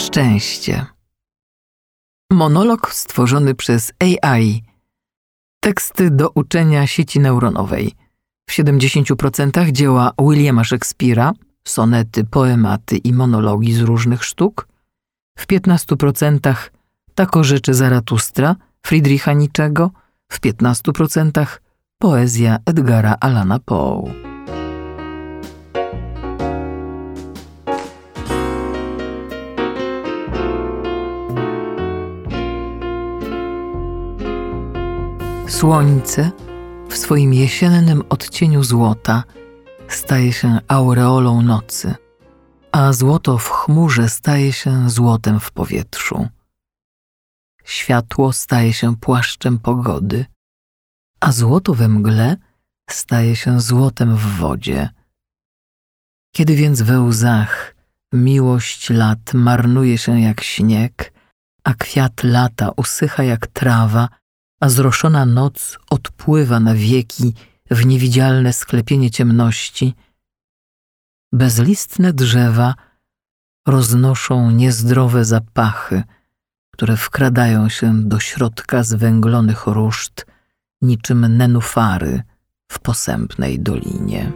Szczęście. Monolog stworzony przez AI. Teksty do uczenia sieci neuronowej. W 70% dzieła Williama Shakespeare'a, sonety, poematy i monologi z różnych sztuk. W 15% Tako rzeczy Zaratustra, Friedricha Nietzschego. W 15% poezja Edgara Allana Poe. Słońce w swoim jesiennym odcieniu złota staje się aureolą nocy, a złoto w chmurze staje się złotem w powietrzu. Światło staje się płaszczem pogody, a złoto we mgle staje się złotem w wodzie. Kiedy więc we łzach miłość lat marnuje się jak śnieg, a kwiat lata usycha jak trawa, a zroszona noc odpływa na wieki w niewidzialne sklepienie ciemności, bezlistne drzewa roznoszą niezdrowe zapachy, które wkradają się do środka zwęglonych ruszt niczym nenufary w posępnej dolinie.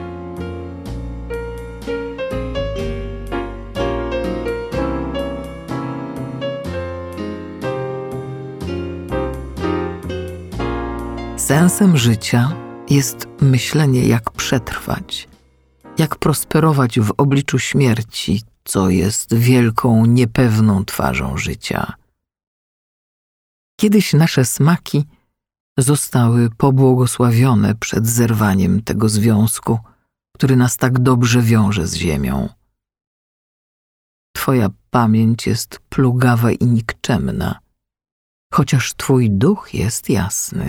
Sensem życia jest myślenie, jak przetrwać, jak prosperować w obliczu śmierci, co jest wielką, niepewną twarzą życia. Kiedyś nasze smaki zostały pobłogosławione przed zerwaniem tego związku, który nas tak dobrze wiąże z ziemią. Twoja pamięć jest plugawa i nikczemna, chociaż twój duch jest jasny.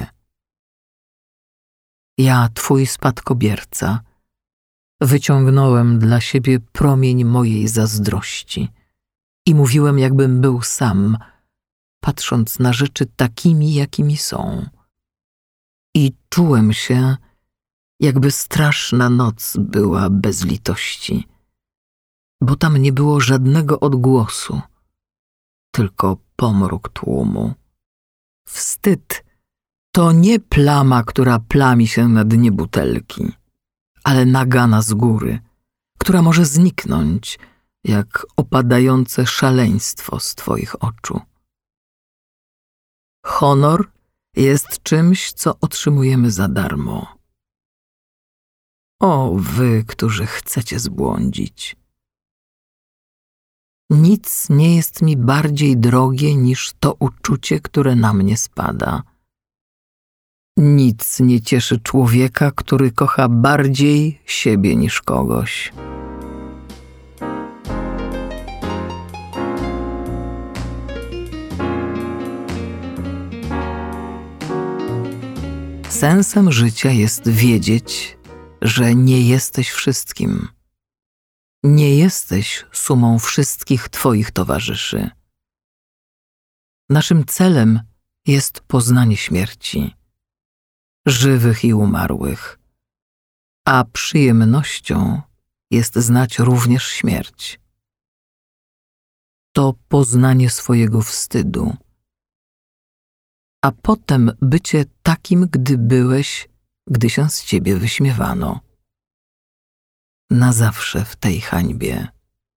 Ja, twój spadkobierca, wyciągnąłem dla siebie promień mojej zazdrości i mówiłem, jakbym był sam, patrząc na rzeczy takimi, jakimi są. I czułem się, jakby straszna noc była bez litości, bo tam nie było żadnego odgłosu, tylko pomruk tłumu. Wstyd to nie plama, która plami się na dnie butelki, ale nagana z góry, która może zniknąć, jak opadające szaleństwo z twoich oczu. Honor jest czymś, co otrzymujemy za darmo. O wy, którzy chcecie zbłądzić. Nic nie jest mi bardziej drogie niż to uczucie, które na mnie spada. Nic nie cieszy człowieka, który kocha bardziej siebie niż kogoś. Sensem życia jest wiedzieć, że nie jesteś wszystkim. Nie jesteś sumą wszystkich twoich towarzyszy. Naszym celem jest poznanie śmierci, żywych i umarłych, a przyjemnością jest znać również śmierć. To poznanie swojego wstydu, a potem bycie takim, gdy byłeś, gdy się z ciebie wyśmiewano. Na zawsze w tej hańbie.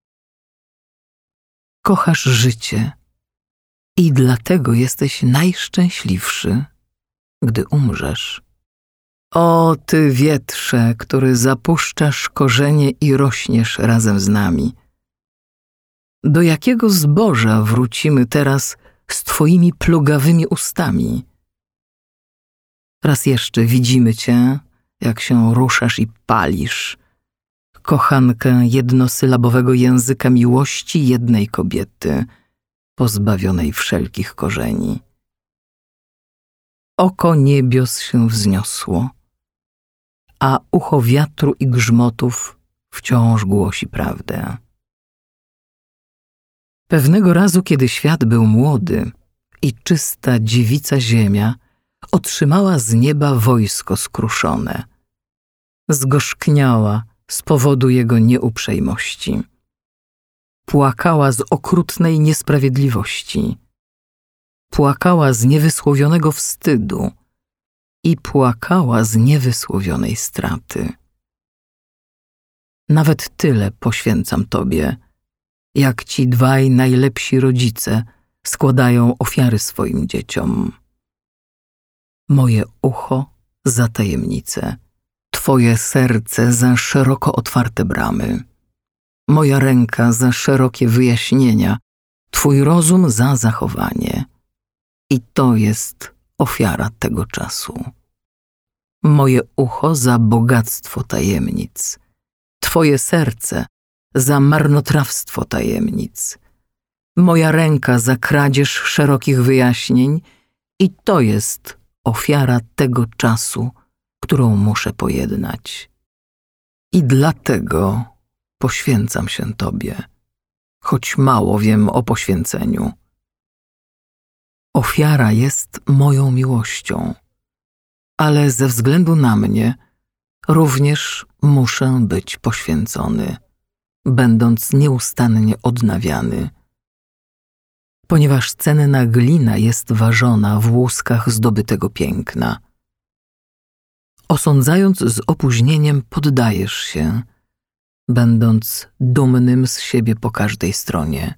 Kochasz życie i dlatego jesteś najszczęśliwszy, gdy umrzesz. O ty wietrze, który zapuszczasz korzenie i rośniesz razem z nami. Do jakiego zboża wrócimy teraz z twoimi plugawymi ustami? Raz jeszcze widzimy cię, jak się ruszasz i palisz, kochankę jednosylabowego języka miłości jednej kobiety, pozbawionej wszelkich korzeni. Oko niebios się wzniosło, a ucho wiatru i grzmotów wciąż głosi prawdę. Pewnego razu, kiedy świat był młody i czysta dziewica ziemia otrzymała z nieba wojsko skruszone. Zgorzkniała z powodu jego nieuprzejmości. płakała z okrutnej niesprawiedliwości, płakała z niewysłowionego wstydu i płakała z niewysłowionej straty. Nawet tyle poświęcam Tobie, jak ci dwaj najlepsi rodzice składają ofiary swoim dzieciom. Moje ucho za tajemnice, Twoje serce za szeroko otwarte bramy, moja ręka za szerokie wyjaśnienia, Twój rozum za zachowanie. I to jest ofiara tego czasu. Moje ucho za bogactwo tajemnic, Twoje serce za marnotrawstwo tajemnic, moja ręka za kradzież szerokich wyjaśnień i to jest ofiara tego czasu, którą muszę pojednać. I dlatego poświęcam się Tobie, choć mało wiem o poświęceniu. Ofiara jest moją miłością, ale ze względu na mnie również muszę być poświęcony, będąc nieustannie odnawiany. Ponieważ cenna glina jest ważona w łuskach zdobytego piękna. Osądzając z opóźnieniem poddajesz się, będąc dumnym z siebie po każdej stronie.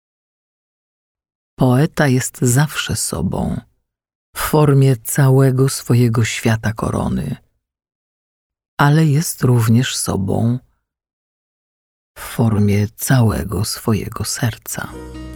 Poeta jest zawsze sobą, w formie całego swojego świata korony, ale jest również sobą w formie całego swojego serca.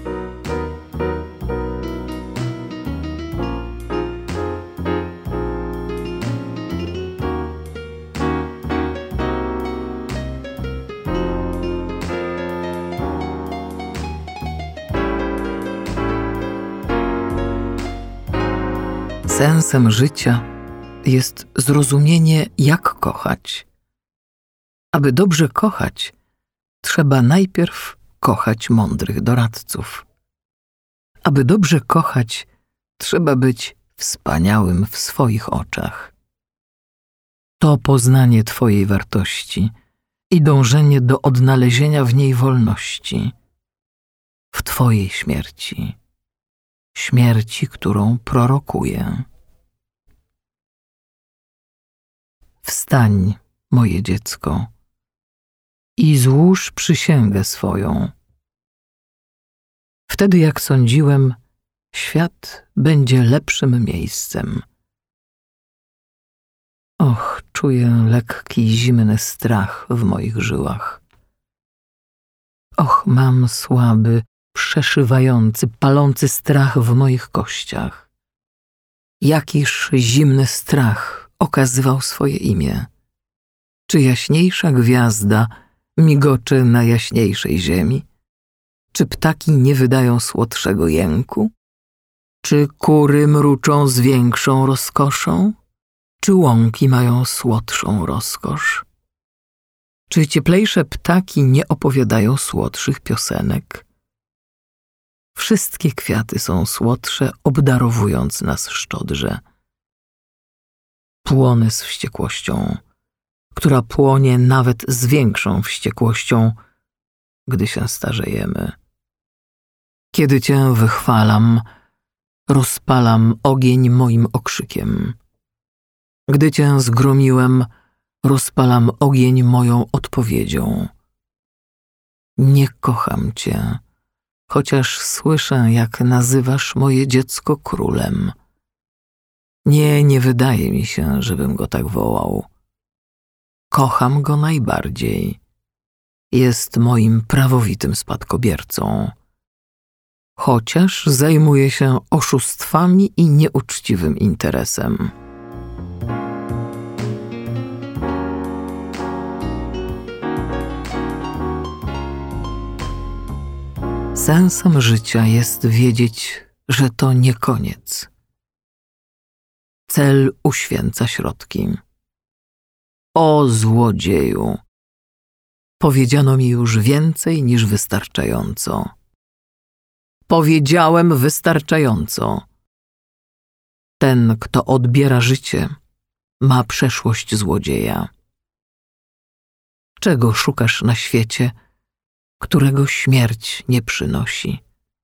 Sensem życia jest zrozumienie, jak kochać. Aby dobrze kochać, trzeba najpierw kochać mądrych doradców. Aby dobrze kochać, trzeba być wspaniałym w swoich oczach. To poznanie Twojej wartości i dążenie do odnalezienia w niej wolności, w Twojej śmierci, śmierci, którą prorokuję. Wstań, moje dziecko, i złóż przysięgę swoją. Wtedy, jak sądziłem, świat będzie lepszym miejscem. Och, czuję lekki, zimny strach w moich żyłach. Och, mam słaby, przeszywający, palący strach w moich kościach. Jakiż zimny strach okazywał swoje imię. Czy jaśniejsza gwiazda migoczy na jaśniejszej ziemi? Czy ptaki nie wydają słodszego jęku? Czy kury mruczą z większą rozkoszą? Czy łąki mają słodszą rozkosz? Czy cieplejsze ptaki nie opowiadają słodszych piosenek? Wszystkie kwiaty są słodsze, obdarowując nas szczodrze. Płonę z wściekłością, która płonie nawet z większą wściekłością, gdy się starzejemy. Kiedy Cię wychwalam, rozpalam ogień moim okrzykiem. Gdy Cię zgromiłem, rozpalam ogień moją odpowiedzią. Nie kocham Cię, chociaż słyszę, jak nazywasz moje dziecko królem. Nie wydaje mi się, żebym go tak wołał. Kocham go najbardziej. Jest moim prawowitym spadkobiercą. Chociaż zajmuje się oszustwami i nieuczciwym interesem. Sensem życia jest wiedzieć, że to nie koniec. Cel uświęca środki. O złodzieju! Powiedziano mi już więcej niż wystarczająco. Powiedziałem wystarczająco. Ten, kto odbiera życie, ma przeszłość złodzieja. Czego szukasz na świecie, którego śmierć nie przynosi.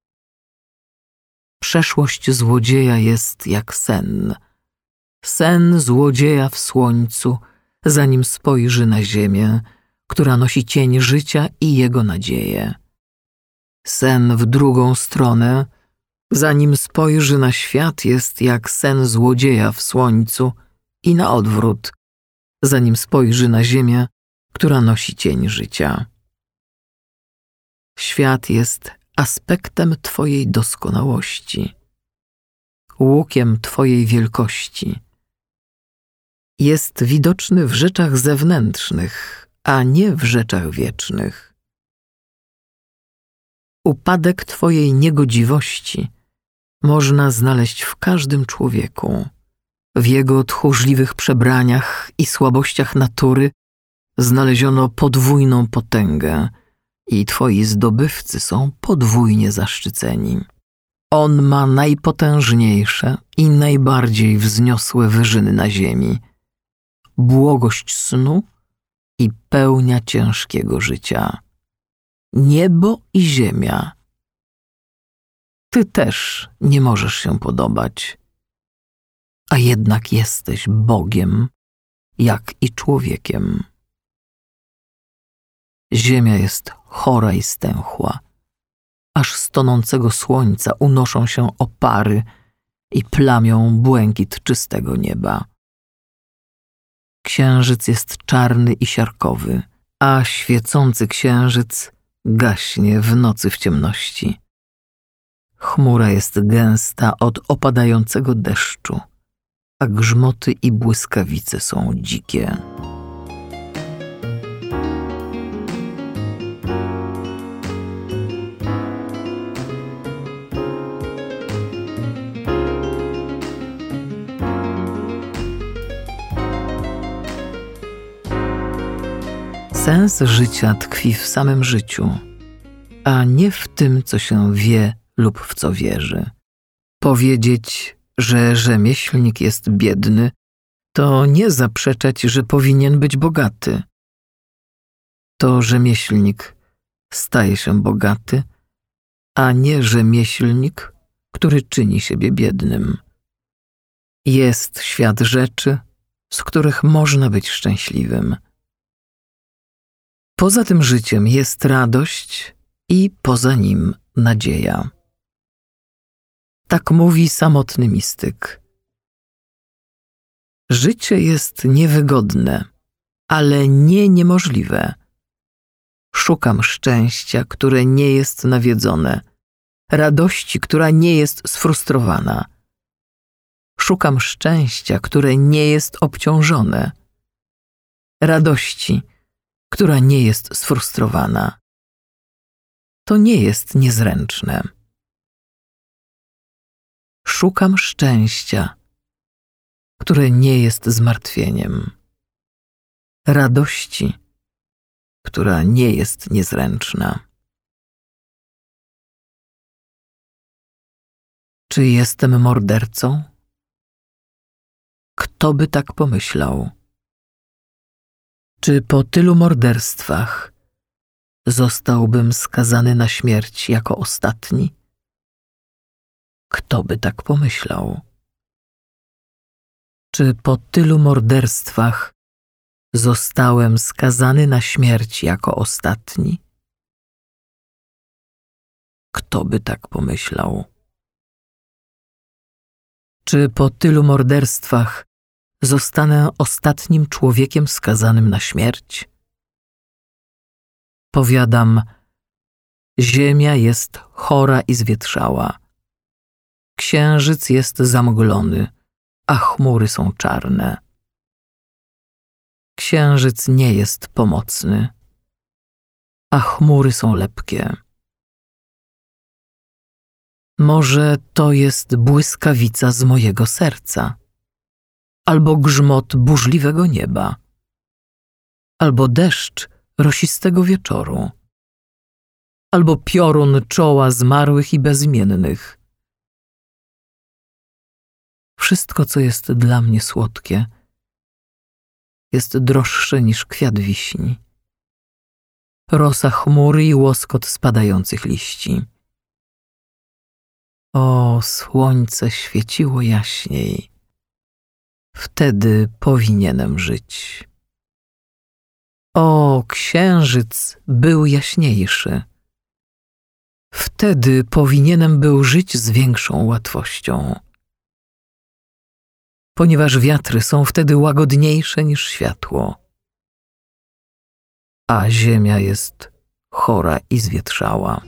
Przeszłość złodzieja jest jak sen. Sen złodzieja w słońcu, zanim spojrzy na ziemię, która nosi cień życia i jego nadzieję. Sen w drugą stronę, zanim spojrzy na świat, jest jak sen złodzieja w słońcu i na odwrót, zanim spojrzy na ziemię, która nosi cień życia. Świat jest aspektem Twojej doskonałości, łukiem Twojej wielkości. Jest widoczny w rzeczach zewnętrznych, a nie w rzeczach wiecznych. Upadek Twojej niegodziwości można znaleźć w każdym człowieku. W jego tchórzliwych przebraniach i słabościach natury znaleziono podwójną potęgę i Twoi zdobywcy są podwójnie zaszczyceni. On ma najpotężniejsze i najbardziej wzniosłe wyżyny na ziemi, błogość snu i pełnia ciężkiego życia. Niebo i ziemia. Ty też nie możesz się podobać, a jednak jesteś Bogiem, jak i człowiekiem. Ziemia jest chora i stęchła, aż z tonącego słońca unoszą się opary i plamią błękit czystego nieba. Księżyc jest czarny i siarkowy, a świecący księżyc gaśnie w nocy w ciemności. Chmura jest gęsta od opadającego deszczu, a grzmoty i błyskawice są dzikie. Sens życia tkwi w samym życiu, a nie w tym, co się wie lub w co wierzy. Powiedzieć, że rzemieślnik jest biedny, to nie zaprzeczać, że powinien być bogaty. To rzemieślnik staje się bogaty, a nie rzemieślnik, który czyni siebie biednym. Jest świat rzeczy, z których można być szczęśliwym. Poza tym życiem jest radość i poza nim nadzieja. Tak mówi samotny mistyk. Życie jest niewygodne, ale nie niemożliwe. Szukam szczęścia, które nie jest nawiedzone, radości, która nie jest sfrustrowana. Szukam szczęścia, które nie jest obciążone, radości, która nie jest sfrustrowana. To nie jest niezręczne. Szukam szczęścia, które nie jest zmartwieniem, radości, która nie jest niezręczna. Czy jestem mordercą? Kto by tak pomyślał? Czy po tylu morderstwach zostałbym skazany na śmierć jako ostatni? Kto by tak pomyślał? Czy po tylu morderstwach zostałem skazany na śmierć jako ostatni? Kto by tak pomyślał? Czy po tylu morderstwach zostanę ostatnim człowiekiem skazanym na śmierć? Powiadam, ziemia jest chora i zwietrzała. Księżyc jest zamglony, a chmury są czarne. Księżyc nie jest pomocny, a chmury są lepkie. Może to jest błyskawica z mojego serca, albo grzmot burzliwego nieba, albo deszcz rosistego wieczoru, albo piorun czoła zmarłych i bezimiennych. Wszystko, co jest dla mnie słodkie, jest droższe niż kwiat wiśni. rosa chmury i łoskot spadających liści. O, słońce świeciło jaśniej. Wtedy powinienem żyć. O, księżyc był jaśniejszy. Wtedy powinienem był żyć z większą łatwością. Ponieważ wiatry są wtedy łagodniejsze niż światło, a ziemia jest chora i zwietrzała.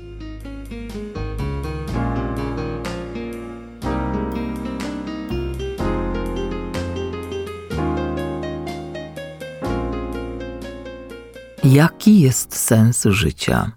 Jaki jest sens życia?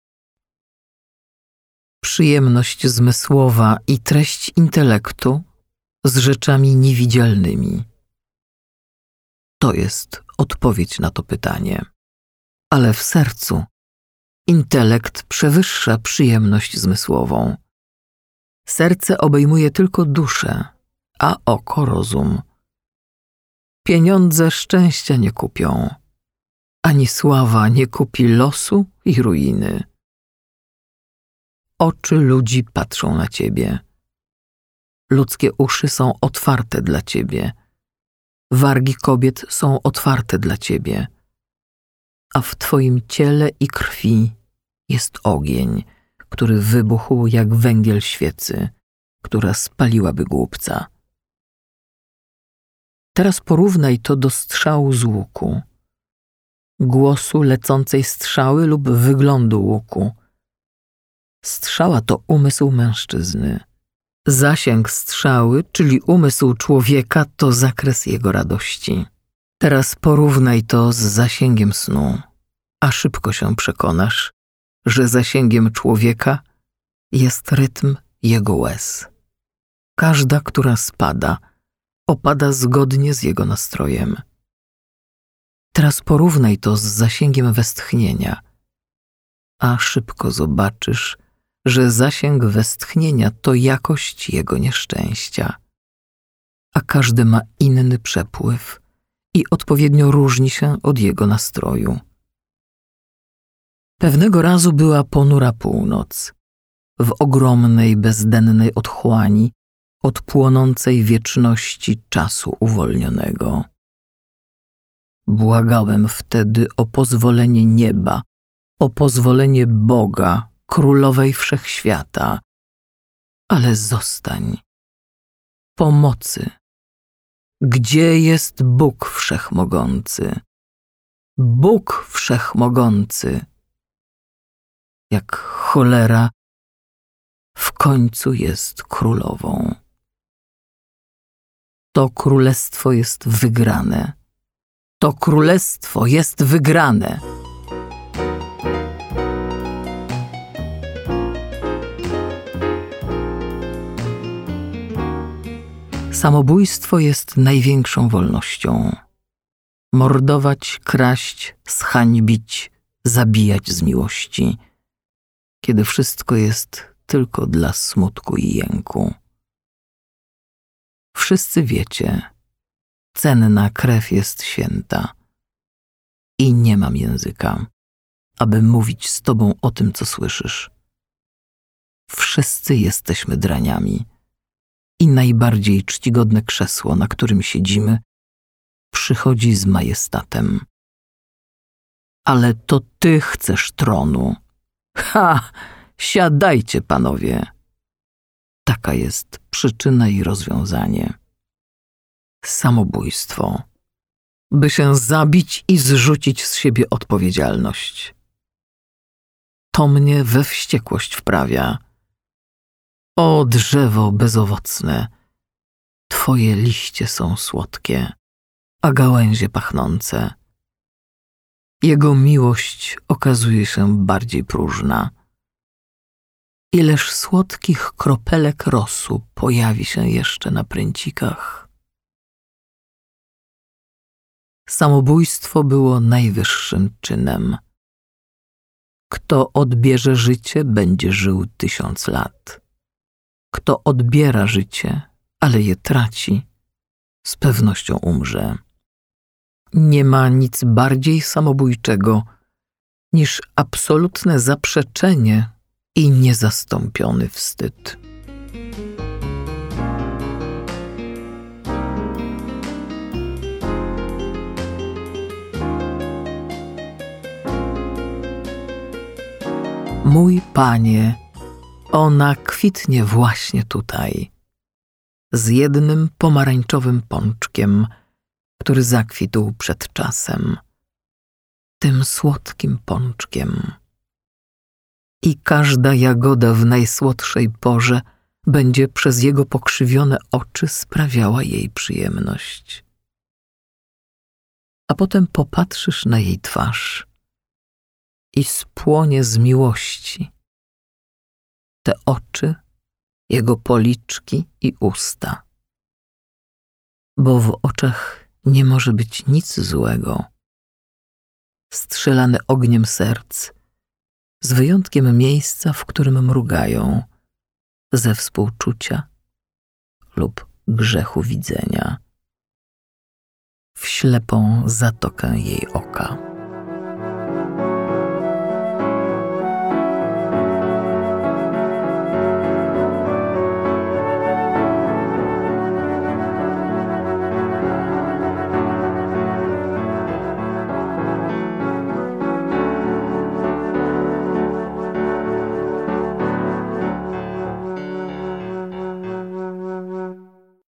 Przyjemność zmysłowa i treść intelektu z rzeczami niewidzialnymi. To jest odpowiedź na to pytanie. Ale w sercu intelekt przewyższa przyjemność zmysłową. Serce obejmuje tylko duszę, a oko rozum. Pieniądze szczęścia nie kupią, ani sława nie kupi losu i ruiny. Oczy ludzi patrzą na ciebie. Ludzkie uszy są otwarte dla ciebie. Wargi kobiet są otwarte dla ciebie. A w twoim ciele i krwi jest ogień, który wybuchł jak węgiel świecy, która spaliłaby głupca. Teraz porównaj to do strzału z łuku, głosu lecącej strzały lub wyglądu łuku. Strzała to umysł mężczyzny. Zasięg strzały, czyli umysł człowieka, to zakres jego radości. Teraz porównaj to z zasięgiem snu, a szybko się przekonasz, że zasięgiem człowieka jest rytm jego łez. Każda, która spada, opada zgodnie z jego nastrojem. Teraz porównaj to z zasięgiem westchnienia, a szybko zobaczysz, że zasięg westchnienia to jakość jego nieszczęścia, a każdy ma inny przepływ i odpowiednio różni się od jego nastroju. Pewnego razu była ponura północ, w ogromnej, bezdennej otchłani od płonącej wieczności czasu uwolnionego. Błagałem wtedy o pozwolenie nieba, o pozwolenie Boga, Królowej Wszechświata, ale zostań. Pomocy. Gdzie jest Bóg Wszechmogący? Bóg Wszechmogący. Jak cholera w końcu jest królową. To królestwo jest wygrane. To królestwo jest wygrane. Samobójstwo jest największą wolnością. Mordować, kraść, zhańbić, zabijać z miłości, kiedy wszystko jest tylko dla smutku i jęku. Wszyscy wiecie, cenna krew jest święta i nie mam języka, aby mówić z tobą o tym, co słyszysz. Wszyscy jesteśmy draniami i najbardziej czcigodne krzesło, na którym siedzimy, przychodzi z majestatem. Ale to ty chcesz tronu. Ha! Siadajcie, panowie. Taka jest przyczyna i rozwiązanie. Samobójstwo. By się zabić i zrzucić z siebie odpowiedzialność. To mnie we wściekłość wprawia. O drzewo bezowocne, twoje liście są słodkie, a gałęzie pachnące. Jego miłość okazuje się bardziej próżna. Ileż słodkich kropelek rosu pojawi się jeszcze na pręcikach. Samobójstwo było najwyższym czynem. Kto odbierze życie, będzie żył 1000 lat. Kto odbiera życie, ale je traci, z pewnością umrze. Nie ma nic bardziej samobójczego niż absolutne zaprzeczenie i niezastąpiony wstyd. Mój Panie, ona kwitnie właśnie tutaj, z jednym pomarańczowym pączkiem, który zakwitł przed czasem, tym słodkim pączkiem. I każda jagoda w najsłodszej porze będzie przez jego pokrzywione oczy sprawiała jej przyjemność. A potem popatrzysz na jej twarz i spłonie z miłości. Te oczy, jego policzki i usta. Bo w oczach nie może być nic złego. Strzelane ogniem serc, z wyjątkiem miejsca, w którym mrugają, ze współczucia lub grzechu widzenia, w ślepą zatokę jej oka.